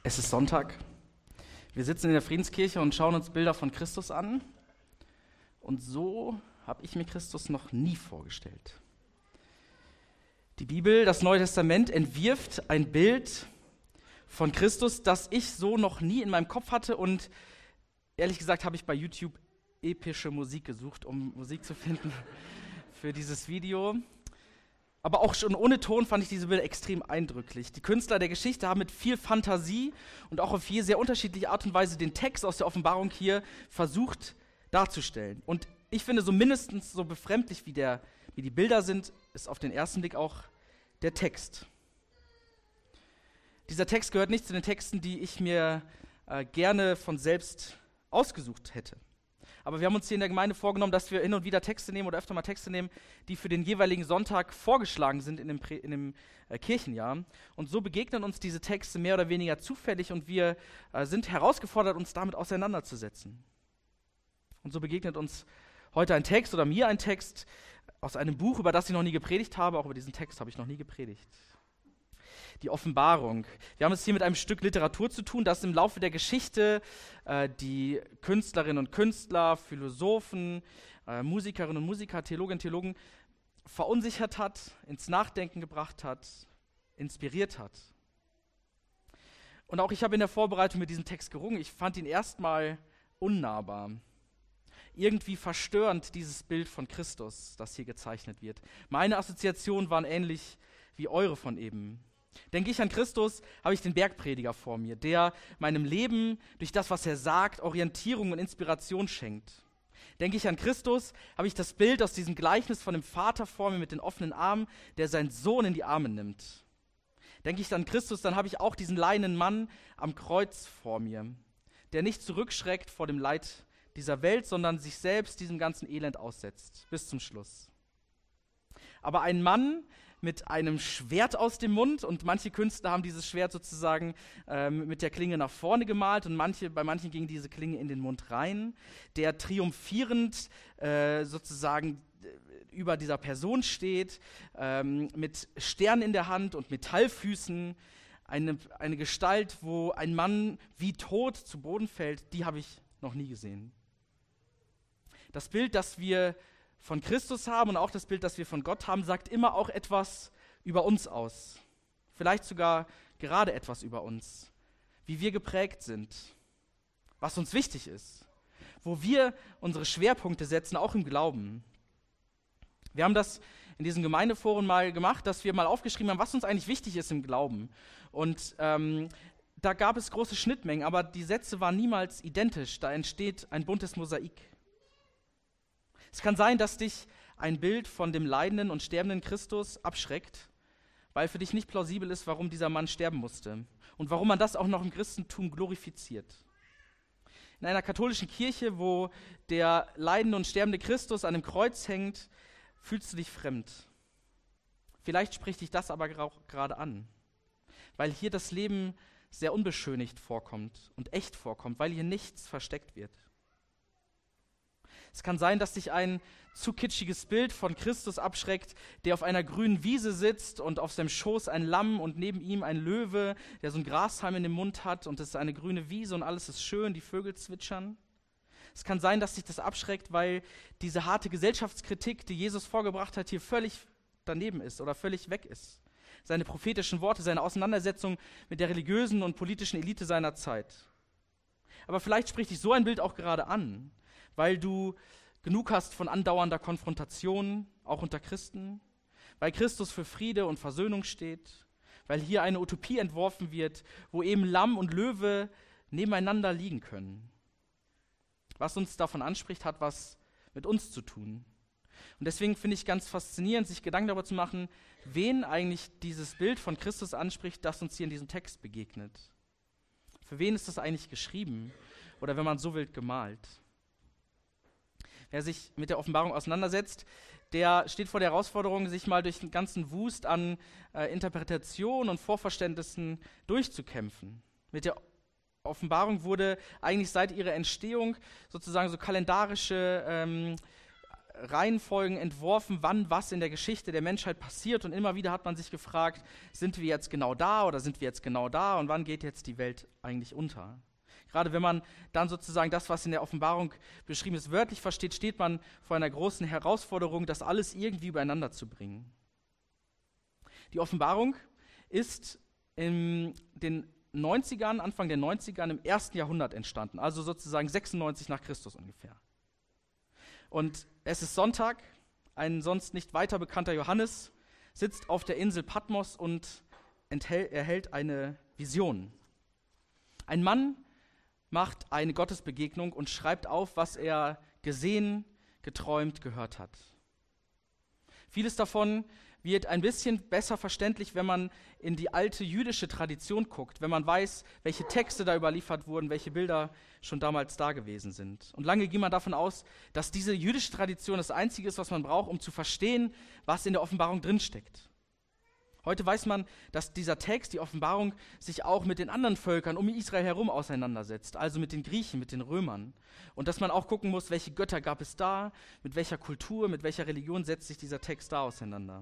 Es ist Sonntag. Wir sitzen in der Friedenskirche und schauen uns Bilder von Christus an. Und so habe ich mir Christus noch nie vorgestellt. Die Bibel, das Neue Testament, entwirft ein Bild von Christus, das ich so noch nie in meinem Kopf hatte. Und ehrlich gesagt habe ich bei YouTube epische Musik gesucht, um Musik zu finden für dieses Video. Aber auch schon ohne Ton fand ich diese Bilder extrem eindrücklich. Die Künstler der Geschichte haben mit viel Fantasie und auch auf hier sehr unterschiedliche Art und Weise den Text aus der Offenbarung hier versucht darzustellen. Und ich finde, so mindestens so befremdlich wie die Bilder sind, ist auf den ersten Blick auch der Text. Dieser Text gehört nicht zu den Texten, die ich mir gerne von selbst ausgesucht hätte. Aber wir haben uns hier in der Gemeinde vorgenommen, dass wir hin und wieder Texte nehmen oder öfter mal Texte nehmen, die für den jeweiligen Sonntag vorgeschlagen sind in dem Kirchenjahr. Und so begegnen uns diese Texte mehr oder weniger zufällig und wir sind herausgefordert, uns damit auseinanderzusetzen. Und so begegnet uns heute ein Text oder mir ein Text aus einem Buch, über das ich noch nie gepredigt habe. Auch über diesen Text habe ich noch nie gepredigt. Die Offenbarung. Wir haben es hier mit einem Stück Literatur zu tun, das im Laufe der Geschichte die Künstlerinnen und Künstler, Philosophen, Musikerinnen und Musiker, Theologinnen und Theologen verunsichert hat, ins Nachdenken gebracht hat, inspiriert hat. Und auch ich habe in der Vorbereitung mit diesem Text gerungen. Ich fand ihn erstmal unnahbar. Irgendwie verstörend, dieses Bild von Christus, das hier gezeichnet wird. Meine Assoziationen waren ähnlich wie eure von eben. Denke ich an Christus, habe ich den Bergprediger vor mir, der meinem Leben durch das, was er sagt, Orientierung und Inspiration schenkt. Denke ich an Christus, habe ich das Bild aus diesem Gleichnis von dem Vater vor mir mit den offenen Armen, der seinen Sohn in die Arme nimmt. Denke ich an Christus, dann habe ich auch diesen leidenden Mann am Kreuz vor mir, der nicht zurückschreckt vor dem Leid dieser Welt, sondern sich selbst diesem ganzen Elend aussetzt, bis zum Schluss. Aber ein Mann mit einem Schwert aus dem Mund, und manche Künstler haben dieses Schwert sozusagen mit der Klinge nach vorne gemalt und bei manchen ging diese Klinge in den Mund rein, der triumphierend sozusagen über dieser Person steht, mit Stern in der Hand und Metallfüßen, eine Gestalt, wo ein Mann wie tot zu Boden fällt, die habe ich noch nie gesehen. Das Bild, das wir von Christus haben und auch das Bild, das wir von Gott haben, sagt immer auch etwas über uns aus. Vielleicht sogar gerade etwas über uns. Wie wir geprägt sind, was uns wichtig ist, wo wir unsere Schwerpunkte setzen, auch im Glauben. Wir haben das in diesem Gemeindeforum mal gemacht, dass wir mal aufgeschrieben haben, was uns eigentlich wichtig ist im Glauben. Und da gab es große Schnittmengen, aber die Sätze waren niemals identisch. Da entsteht ein buntes Mosaik. Es kann sein, dass dich ein Bild von dem leidenden und sterbenden Christus abschreckt, weil für dich nicht plausibel ist, warum dieser Mann sterben musste und warum man das auch noch im Christentum glorifiziert. In einer katholischen Kirche, wo der leidende und sterbende Christus an dem Kreuz hängt, fühlst du dich fremd. Vielleicht spricht dich das aber auch gerade an, weil hier das Leben sehr unbeschönigt vorkommt und echt vorkommt, weil hier nichts versteckt wird. Es kann sein, dass dich ein zu kitschiges Bild von Christus abschreckt, der auf einer grünen Wiese sitzt und auf seinem Schoß ein Lamm und neben ihm ein Löwe, der so einen Grashalm in dem Mund hat und es ist eine grüne Wiese und alles ist schön, die Vögel zwitschern. Es kann sein, dass dich das abschreckt, weil diese harte Gesellschaftskritik, die Jesus vorgebracht hat, hier völlig daneben ist oder völlig weg ist. Seine prophetischen Worte, seine Auseinandersetzung mit der religiösen und politischen Elite seiner Zeit. Aber vielleicht spricht dich so ein Bild auch gerade an, weil du genug hast von andauernder Konfrontation, auch unter Christen, weil Christus für Friede und Versöhnung steht, weil hier eine Utopie entworfen wird, wo eben Lamm und Löwe nebeneinander liegen können. Was uns davon anspricht, hat was mit uns zu tun. Und deswegen finde ich ganz faszinierend, sich Gedanken darüber zu machen, wen eigentlich dieses Bild von Christus anspricht, das uns hier in diesem Text begegnet. Für wen ist das eigentlich geschrieben oder wenn man so will, gemalt? Wer sich mit der Offenbarung auseinandersetzt, der steht vor der Herausforderung, sich mal durch den ganzen Wust an Interpretationen und Vorverständnissen durchzukämpfen. Mit der Offenbarung wurde eigentlich seit ihrer Entstehung sozusagen so kalendarische Reihenfolgen entworfen, wann was in der Geschichte der Menschheit passiert. Und immer wieder hat man sich gefragt, sind wir jetzt genau da oder sind wir jetzt genau da und wann geht jetzt die Welt eigentlich unter? Gerade wenn man dann sozusagen das, was in der Offenbarung beschrieben ist, wörtlich versteht, steht man vor einer großen Herausforderung, das alles irgendwie übereinander zu bringen. Die Offenbarung ist in den 90ern, Anfang der 90ern im 1. Jahrhundert entstanden, also sozusagen 96 nach Christus ungefähr. Und es ist Sonntag, ein sonst nicht weiter bekannter Johannes sitzt auf der Insel Patmos und erhält eine Vision. Ein Mann macht eine Gottesbegegnung und schreibt auf, was er gesehen, geträumt, gehört hat. Vieles davon wird ein bisschen besser verständlich, wenn man in die alte jüdische Tradition guckt, wenn man weiß, welche Texte da überliefert wurden, welche Bilder schon damals da gewesen sind. Und lange ging man davon aus, dass diese jüdische Tradition das Einzige ist, was man braucht, um zu verstehen, was in der Offenbarung drinsteckt. Heute weiß man, dass dieser Text, die Offenbarung, sich auch mit den anderen Völkern um Israel herum auseinandersetzt, also mit den Griechen, mit den Römern. Und dass man auch gucken muss, welche Götter gab es da, mit welcher Kultur, mit welcher Religion setzt sich dieser Text da auseinander.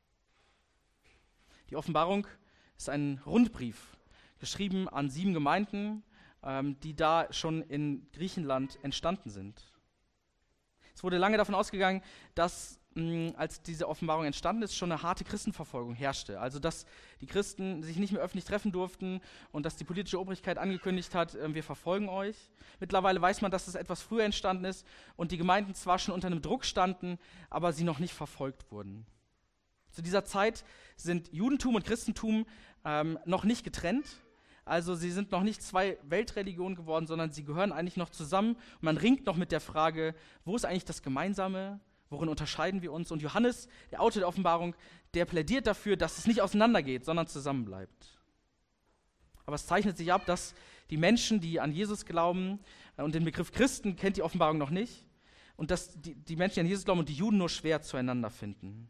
Die Offenbarung ist ein Rundbrief, geschrieben an 7 Gemeinden, die da schon in Griechenland entstanden sind. Es wurde lange davon ausgegangen, dass als diese Offenbarung entstanden ist, schon eine harte Christenverfolgung herrschte. Also dass die Christen sich nicht mehr öffentlich treffen durften und dass die politische Obrigkeit angekündigt hat, wir verfolgen euch. Mittlerweile weiß man, dass es etwas früher entstanden ist und die Gemeinden zwar schon unter einem Druck standen, aber sie noch nicht verfolgt wurden. Zu dieser Zeit sind Judentum und Christentum noch nicht getrennt. Also sie sind noch nicht 2 Weltreligionen geworden, sondern sie gehören eigentlich noch zusammen. Und man ringt noch mit der Frage, wo ist eigentlich das Gemeinsame? Worin unterscheiden wir uns? Und Johannes, der Autor der Offenbarung, der plädiert dafür, dass es nicht auseinandergeht, sondern zusammenbleibt. Aber es zeichnet sich ab, dass die Menschen, die an Jesus glauben, und den Begriff Christen kennt die Offenbarung noch nicht, und dass die Menschen, die an Jesus glauben und die Juden nur schwer zueinander finden.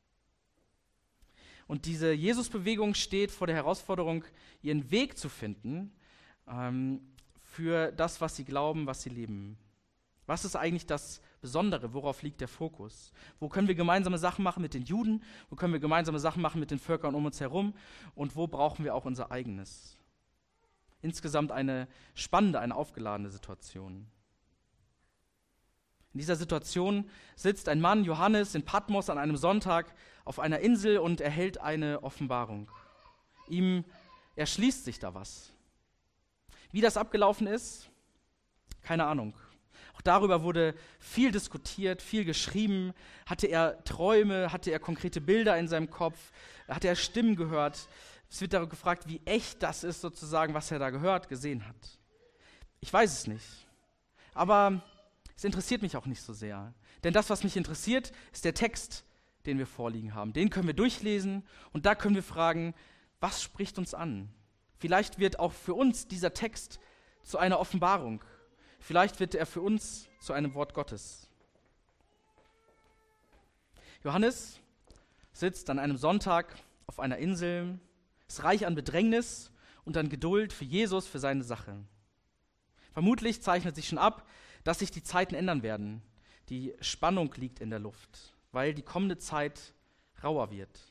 Und diese Jesus-Bewegung steht vor der Herausforderung, ihren Weg zu finden für das, was sie glauben, was sie leben. Was ist eigentlich das Besondere? Worauf liegt der Fokus? Wo können wir gemeinsame Sachen machen mit den Juden? Wo können wir gemeinsame Sachen machen mit den Völkern um uns herum? Und wo brauchen wir auch unser eigenes? Insgesamt eine spannende, eine aufgeladene Situation. In dieser Situation sitzt ein Mann, Johannes, in Patmos an einem Sonntag auf einer Insel und erhält eine Offenbarung. Ihm erschließt sich da was. Wie das abgelaufen ist, keine Ahnung. Auch darüber wurde viel diskutiert, viel geschrieben. Hatte er Träume, hatte er konkrete Bilder in seinem Kopf, hatte er Stimmen gehört. Es wird darüber gefragt, wie echt das ist sozusagen, was er da gehört, gesehen hat. Ich weiß es nicht. Aber es interessiert mich auch nicht so sehr. Denn das, was mich interessiert, ist der Text, den wir vorliegen haben. Den können wir durchlesen und da können wir fragen, was spricht uns an? Vielleicht wird auch für uns dieser Text zu einer Offenbarung. Vielleicht wird er für uns zu einem Wort Gottes. Johannes sitzt an einem Sonntag auf einer Insel, ist reich an Bedrängnis und an Geduld für Jesus, für seine Sache. Vermutlich zeichnet sich schon ab, dass sich die Zeiten ändern werden. Die Spannung liegt in der Luft, weil die kommende Zeit rauer wird.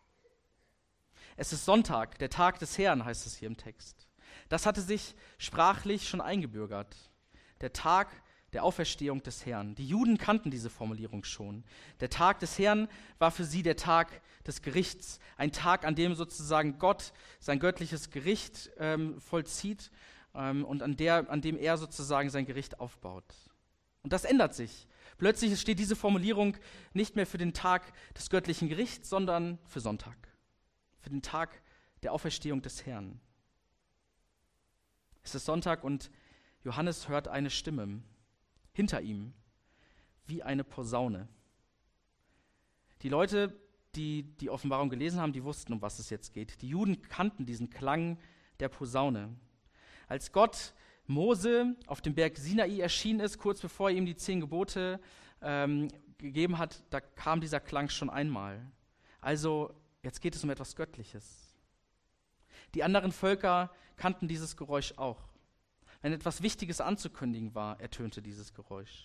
Es ist Sonntag, der Tag des Herrn, heißt es hier im Text. Das hatte sich sprachlich schon eingebürgert. Der Tag der Auferstehung des Herrn. Die Juden kannten diese Formulierung schon. Der Tag des Herrn war für sie der Tag des Gerichts. Ein Tag, an dem sozusagen Gott sein göttliches Gericht vollzieht und an dem er sozusagen sein Gericht aufbaut. Und das ändert sich. Plötzlich steht diese Formulierung nicht mehr für den Tag des göttlichen Gerichts, sondern für Sonntag. Für den Tag der Auferstehung des Herrn. Es ist Sonntag und Johannes hört eine Stimme hinter ihm, wie eine Posaune. Die Leute, die die Offenbarung gelesen haben, die wussten, um was es jetzt geht. Die Juden kannten diesen Klang der Posaune. Als Gott Mose auf dem Berg Sinai erschienen ist, kurz bevor er ihm die 10 Gebote gegeben hat, da kam dieser Klang schon einmal. Also jetzt geht es um etwas Göttliches. Die anderen Völker kannten dieses Geräusch auch. Wenn etwas Wichtiges anzukündigen war, ertönte dieses Geräusch.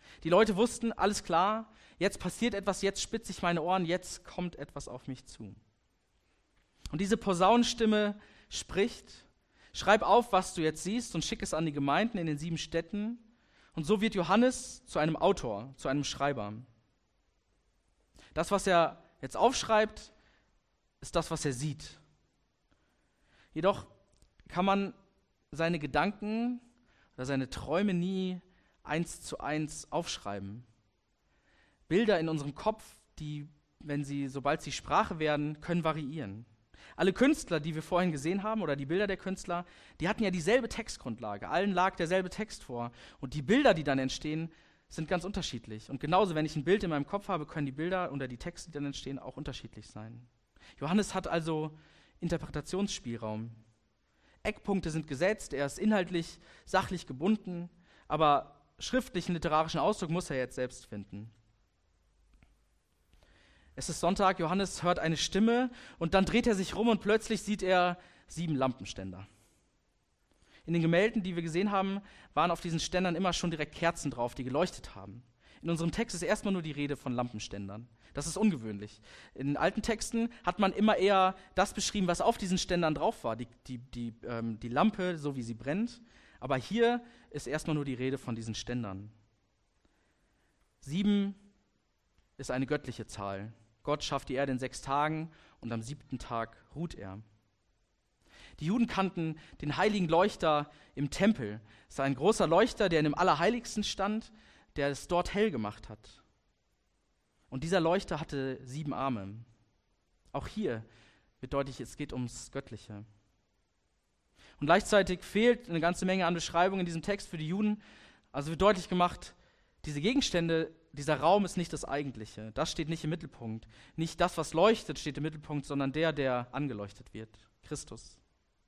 Die Leute wussten, alles klar, jetzt passiert etwas, jetzt spitze ich meine Ohren, jetzt kommt etwas auf mich zu. Und diese Posaunenstimme spricht: Schreib auf, was du jetzt siehst, und schick es an die Gemeinden in den 7 Städten. Und so wird Johannes zu einem Autor, zu einem Schreiber. Das, was er jetzt aufschreibt, ist das, was er sieht. Jedoch kann man seine Gedanken oder seine Träume nie 1:1 aufschreiben. Bilder in unserem Kopf, die, sobald sie Sprache werden, können variieren. Alle Künstler, die wir vorhin gesehen haben, oder die Bilder der Künstler, die hatten ja dieselbe Textgrundlage. Allen lag derselbe Text vor. Und die Bilder, die dann entstehen, sind ganz unterschiedlich. Und genauso, wenn ich ein Bild in meinem Kopf habe, können die Bilder oder die Texte, die dann entstehen, auch unterschiedlich sein. Johannes hat also Interpretationsspielraum. Eckpunkte sind gesetzt, er ist inhaltlich, sachlich gebunden, aber schriftlichen, literarischen Ausdruck muss er jetzt selbst finden. Es ist Sonntag, Johannes hört eine Stimme und dann dreht er sich rum und plötzlich sieht er 7 Lampenständer. In den Gemälden, die wir gesehen haben, waren auf diesen Ständern immer schon direkt Kerzen drauf, die geleuchtet haben. In unserem Text ist erstmal nur die Rede von Lampenständern. Das ist ungewöhnlich. In alten Texten hat man immer eher das beschrieben, was auf diesen Ständern drauf war, die Lampe, so wie sie brennt. Aber hier ist erstmal nur die Rede von diesen Ständern. 7 ist eine göttliche Zahl. Gott schafft die Erde in 6 Tagen und am 7. Tag ruht er. Die Juden kannten den heiligen Leuchter im Tempel. Es war ein großer Leuchter, der in dem Allerheiligsten stand, der es dort hell gemacht hat. Und dieser Leuchter hatte 7 Arme. Auch hier wird deutlich, es geht ums Göttliche. Und gleichzeitig fehlt eine ganze Menge an Beschreibungen in diesem Text für die Juden. Also wird deutlich gemacht, diese Gegenstände, dieser Raum ist nicht das Eigentliche. Das steht nicht im Mittelpunkt. Nicht das, was leuchtet, steht im Mittelpunkt, sondern der angeleuchtet wird. Christus.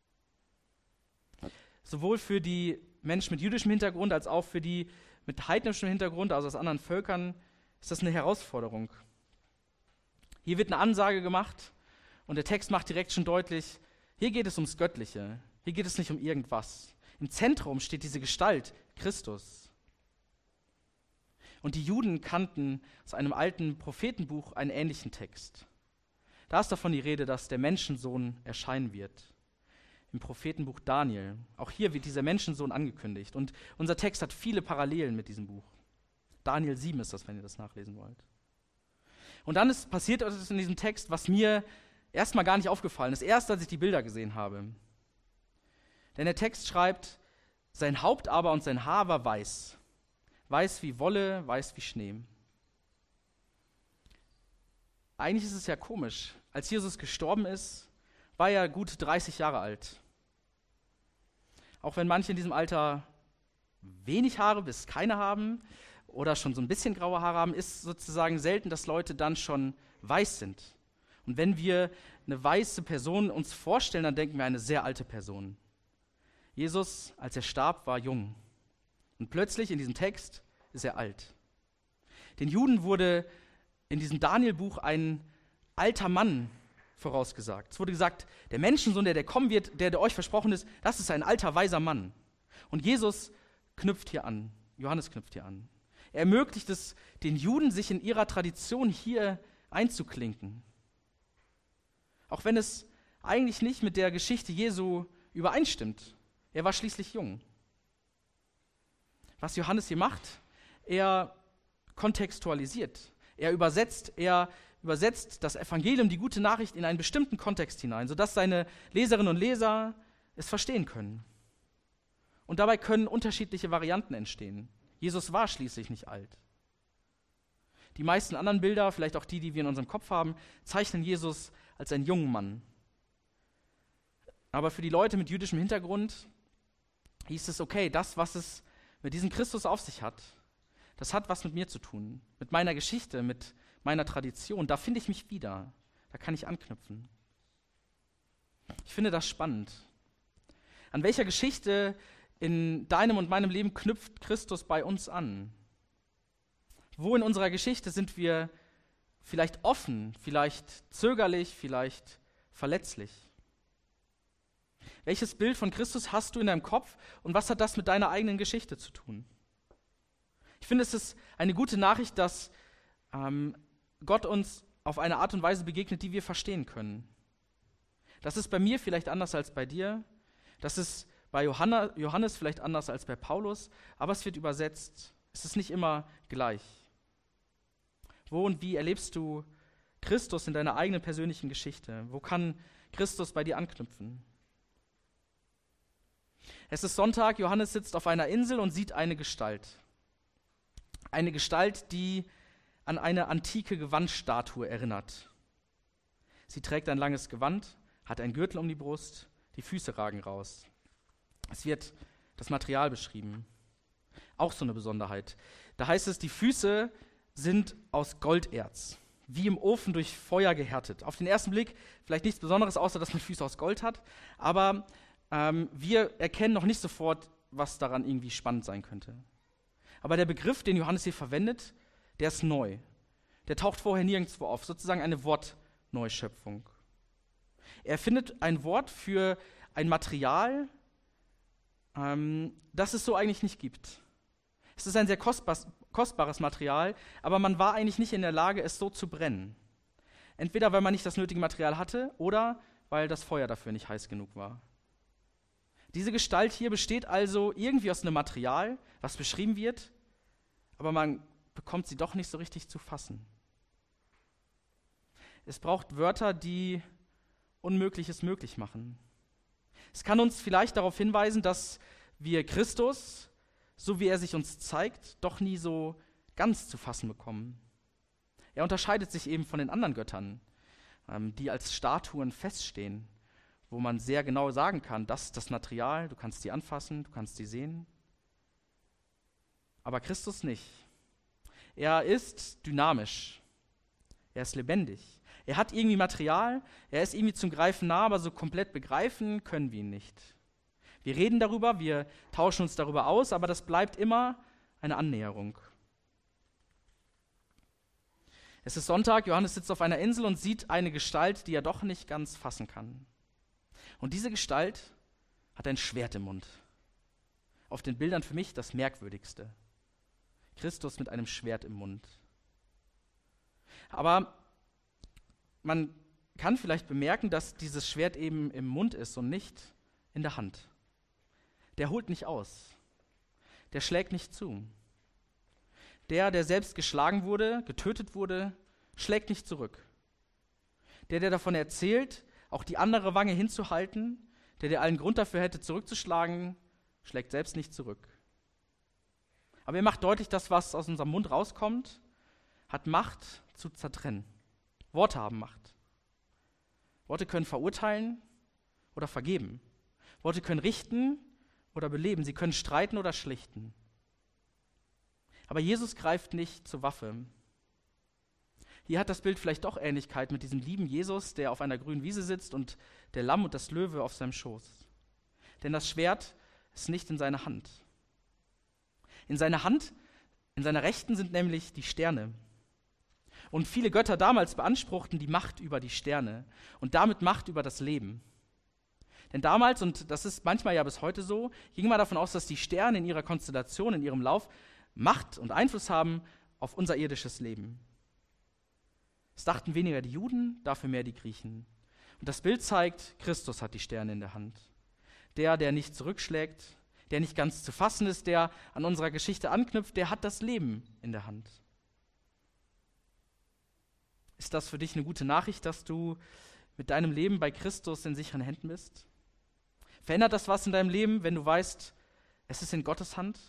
Sowohl für die Menschen mit jüdischem Hintergrund als auch für die mit heidnischem Hintergrund, also aus anderen Völkern, ist das eine Herausforderung. Hier wird eine Ansage gemacht und der Text macht direkt schon deutlich, hier geht es ums Göttliche. Hier geht es nicht um irgendwas. Im Zentrum steht diese Gestalt, Christus. Und die Juden kannten aus einem alten Prophetenbuch einen ähnlichen Text. Da ist davon die Rede, dass der Menschensohn erscheinen wird. Im Prophetenbuch Daniel. Auch hier wird dieser Menschensohn angekündigt. Und unser Text hat viele Parallelen mit diesem Buch. Daniel 7 ist das, wenn ihr das nachlesen wollt. Und dann passiert etwas in diesem Text, was mir erstmal gar nicht aufgefallen ist. Erst, als ich die Bilder gesehen habe. Denn der Text schreibt, sein Haupt aber und sein Haar war weiß. Weiß wie Wolle, weiß wie Schnee. Eigentlich ist es ja komisch. Als Jesus gestorben ist, war er gut 30 Jahre alt. Auch wenn manche in diesem Alter wenig Haare bis keine haben oder schon so ein bisschen graue Haare haben, ist sozusagen selten, dass Leute dann schon weiß sind. Und wenn wir eine weiße Person uns vorstellen, dann denken wir an eine sehr alte Person. Jesus, als er starb, war jung. Und plötzlich in diesem Text ist er alt. Den Juden wurde in diesem Daniel-Buch ein alter Mann vorausgesagt. Es wurde gesagt, der Menschensohn, der kommen wird, der euch versprochen ist, das ist ein alter, weiser Mann. Und Jesus knüpft hier an, Johannes knüpft hier an. Er ermöglicht es den Juden, sich in ihrer Tradition hier einzuklinken. Auch wenn es eigentlich nicht mit der Geschichte Jesu übereinstimmt. Er war schließlich jung. Was Johannes hier macht, er kontextualisiert. Er übersetzt das Evangelium, die gute Nachricht, in einen bestimmten Kontext hinein, sodass seine Leserinnen und Leser es verstehen können. Und dabei können unterschiedliche Varianten entstehen. Jesus war schließlich nicht alt. Die meisten anderen Bilder, vielleicht auch die wir in unserem Kopf haben, zeichnen Jesus als einen jungen Mann. Aber für die Leute mit jüdischem Hintergrund hieß es, okay, das, was es mit diesem Christus auf sich hat, das hat was mit mir zu tun, mit meiner Geschichte, mit meiner Tradition. Da finde ich mich wieder, da kann ich anknüpfen. Ich finde das spannend. An welcher Geschichte in deinem und meinem Leben knüpft Christus bei uns an? Wo in unserer Geschichte sind wir vielleicht offen, vielleicht zögerlich, vielleicht verletzlich? Welches Bild von Christus hast du in deinem Kopf und was hat das mit deiner eigenen Geschichte zu tun? Ich finde, es ist eine gute Nachricht, dass Gott uns auf eine Art und Weise begegnet, die wir verstehen können. Das ist bei mir vielleicht anders als bei dir. Das ist bei Johannes vielleicht anders als bei Paulus. Aber es wird übersetzt. Es ist nicht immer gleich. Wo und wie erlebst du Christus in deiner eigenen persönlichen Geschichte? Wo kann Christus bei dir anknüpfen? Es ist Sonntag, Johannes sitzt auf einer Insel und sieht eine Gestalt. Eine Gestalt, die an eine antike Gewandstatue erinnert. Sie trägt ein langes Gewand, hat einen Gürtel um die Brust, die Füße ragen raus. Es wird das Material beschrieben. Auch so eine Besonderheit. Da heißt es, die Füße sind aus Golderz, wie im Ofen durch Feuer gehärtet. Auf den ersten Blick vielleicht nichts Besonderes, außer dass man Füße aus Gold hat, aber wir erkennen noch nicht sofort, was daran irgendwie spannend sein könnte. Aber der Begriff, den Johannes hier verwendet, der ist neu. Der taucht vorher nirgendwo auf, sozusagen eine Wortneuschöpfung. Er findet ein Wort für ein Material, das es so eigentlich nicht gibt. Es ist ein sehr kostbares Material, aber man war eigentlich nicht in der Lage, es so zu brennen. Entweder weil man nicht das nötige Material hatte oder weil das Feuer dafür nicht heiß genug war. Diese Gestalt hier besteht also irgendwie aus einem Material, was beschrieben wird, aber man bekommt sie doch nicht so richtig zu fassen. Es braucht Wörter, die Unmögliches möglich machen. Es kann uns vielleicht darauf hinweisen, dass wir Christus, so wie er sich uns zeigt, doch nie so ganz zu fassen bekommen. Er unterscheidet sich eben von den anderen Göttern, die als Statuen feststehen, wo man sehr genau sagen kann, das ist das Material, du kannst die anfassen, du kannst die sehen. Aber Christus nicht. Er ist dynamisch, er ist lebendig. Er hat irgendwie Material, er ist irgendwie zum Greifen nah, aber so komplett begreifen können wir ihn nicht. Wir reden darüber, wir tauschen uns darüber aus, aber das bleibt immer eine Annäherung. Es ist Sonntag, Johannes sitzt auf einer Insel und sieht eine Gestalt, die er doch nicht ganz fassen kann. Und diese Gestalt hat ein Schwert im Mund. Auf den Bildern für mich das Merkwürdigste. Christus mit einem Schwert im Mund. Aber man kann vielleicht bemerken, dass dieses Schwert eben im Mund ist und nicht in der Hand. Der holt nicht aus. Der schlägt nicht zu. Der selbst geschlagen wurde, getötet wurde, schlägt nicht zurück. Der davon erzählt, auch die andere Wange hinzuhalten, der allen Grund dafür hätte, zurückzuschlagen, schlägt selbst nicht zurück. Aber er macht deutlich, dass was aus unserem Mund rauskommt, hat Macht zu zertrennen. Worte haben Macht. Worte können verurteilen oder vergeben. Worte können richten oder beleben. Sie können streiten oder schlichten. Aber Jesus greift nicht zur Waffe. Hier hat das Bild vielleicht doch Ähnlichkeit mit diesem lieben Jesus, der auf einer grünen Wiese sitzt und der Lamm und das Löwe auf seinem Schoß. Denn das Schwert ist nicht in seiner Hand. In seiner Hand, in seiner Rechten sind nämlich die Sterne. Und viele Götter damals beanspruchten die Macht über die Sterne und damit Macht über das Leben. Denn damals, und das ist manchmal ja bis heute so, ging man davon aus, dass die Sterne in ihrer Konstellation, in ihrem Lauf Macht und Einfluss haben auf unser irdisches Leben. Es dachten weniger die Juden, dafür mehr die Griechen. Und das Bild zeigt, Christus hat die Sterne in der Hand. Der nicht zurückschlägt, der nicht ganz zu fassen ist, der an unserer Geschichte anknüpft, der hat das Leben in der Hand. Ist das für dich eine gute Nachricht, dass du mit deinem Leben bei Christus in sicheren Händen bist? Verändert das was in deinem Leben, wenn du weißt, es ist in Gottes Hand?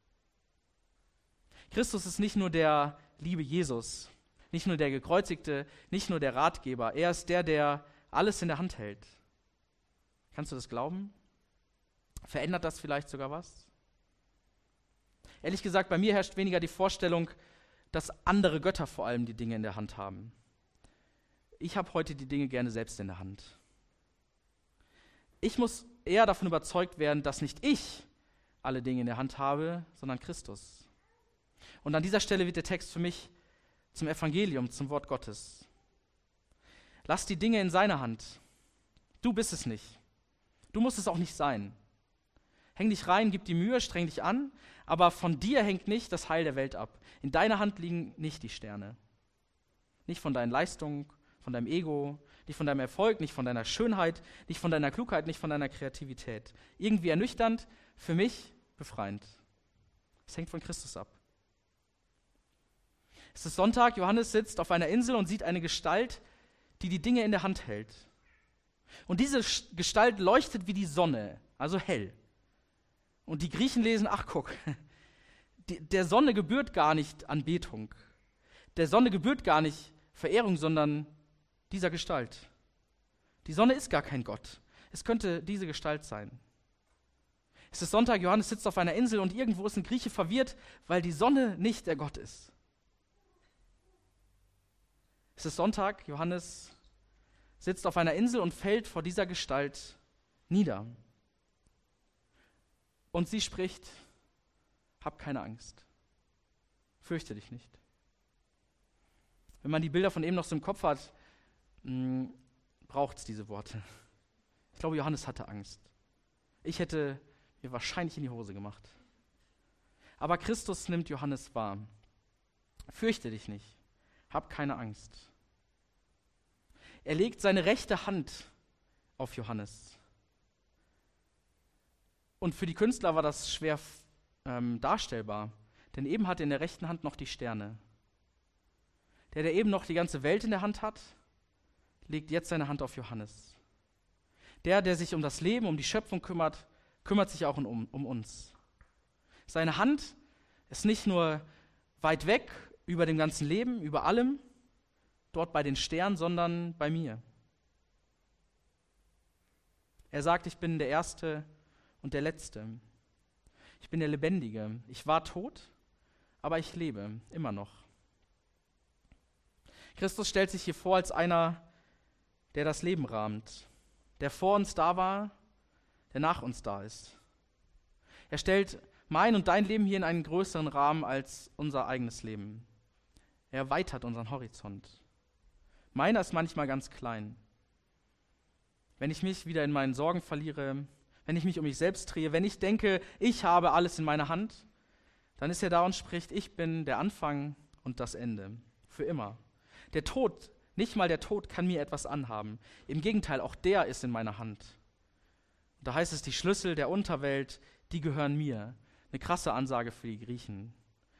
Christus ist nicht nur der liebe Jesus, nicht nur der Gekreuzigte, nicht nur der Ratgeber. Er ist der alles in der Hand hält. Kannst du das glauben? Verändert das vielleicht sogar was? Ehrlich gesagt, bei mir herrscht weniger die Vorstellung, dass andere Götter vor allem die Dinge in der Hand haben. Ich habe heute die Dinge gerne selbst in der Hand. Ich muss eher davon überzeugt werden, dass nicht ich alle Dinge in der Hand habe, sondern Christus. Und an dieser Stelle wird der Text für mich zum Evangelium, zum Wort Gottes. Lass die Dinge in seiner Hand. Du bist es nicht. Du musst es auch nicht sein. Häng dich rein, gib die Mühe, streng dich an, aber von dir hängt nicht das Heil der Welt ab. In deiner Hand liegen nicht die Sterne. Nicht von deinen Leistungen, von deinem Ego, nicht von deinem Erfolg, nicht von deiner Schönheit, nicht von deiner Klugheit, nicht von deiner Kreativität. Irgendwie ernüchternd, für mich befreiend. Es hängt von Christus ab. Es ist Sonntag, Johannes sitzt auf einer Insel und sieht eine Gestalt, die die Dinge in der Hand hält. Und diese Gestalt leuchtet wie die Sonne, also hell. Und die Griechen lesen, ach guck, der Sonne gebührt gar nicht Anbetung. Der Sonne gebührt gar nicht Verehrung, sondern dieser Gestalt. Die Sonne ist gar kein Gott. Es könnte diese Gestalt sein. Es ist Sonntag, Johannes sitzt auf einer Insel und irgendwo ist ein Grieche verwirrt, weil die Sonne nicht der Gott ist. Es ist Sonntag, Johannes sitzt auf einer Insel und fällt vor dieser Gestalt nieder. Und sie spricht, hab keine Angst, fürchte dich nicht. Wenn man die Bilder von eben noch so im Kopf hat, braucht es diese Worte. Ich glaube, Johannes hatte Angst. Ich hätte mir wahrscheinlich in die Hose gemacht. Aber Christus nimmt Johannes wahr. Fürchte dich nicht, hab keine Angst. Er legt seine rechte Hand auf Johannes. Und für die Künstler war das schwer darstellbar, denn eben hatte in der rechten Hand noch die Sterne. Der eben noch die ganze Welt in der Hand hat, legt jetzt seine Hand auf Johannes. Der sich um das Leben, um die Schöpfung kümmert, kümmert sich auch um uns. Seine Hand ist nicht nur weit weg über dem ganzen Leben, über allem, dort bei den Sternen, sondern bei mir. Er sagt, ich bin der Erste und der Letzte. Ich bin der Lebendige. Ich war tot, aber ich lebe immer noch. Christus stellt sich hier vor als einer, der das Leben rahmt, der vor uns da war, der nach uns da ist. Er stellt mein und dein Leben hier in einen größeren Rahmen als unser eigenes Leben. Er erweitert unseren Horizont. Meiner ist manchmal ganz klein. Wenn ich mich wieder in meinen Sorgen verliere, wenn ich mich um mich selbst drehe, wenn ich denke, ich habe alles in meiner Hand, dann ist er da und spricht, ich bin der Anfang und das Ende. Für immer. Der Tod, nicht mal der Tod kann mir etwas anhaben. Im Gegenteil, auch der ist in meiner Hand. Und da heißt es, die Schlüssel der Unterwelt, die gehören mir. Eine krasse Ansage für die Griechen.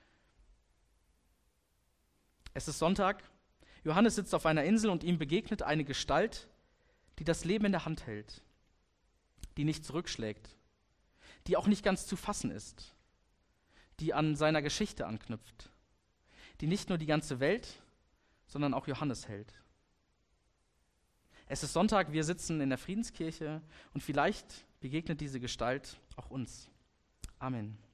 Es ist Sonntag. Johannes sitzt auf einer Insel und ihm begegnet eine Gestalt, die das Leben in der Hand hält, die nicht zurückschlägt, die auch nicht ganz zu fassen ist, die an seiner Geschichte anknüpft, die nicht nur die ganze Welt, sondern auch Johannes hält. Es ist Sonntag, wir sitzen in der Friedenskirche und vielleicht begegnet diese Gestalt auch uns. Amen.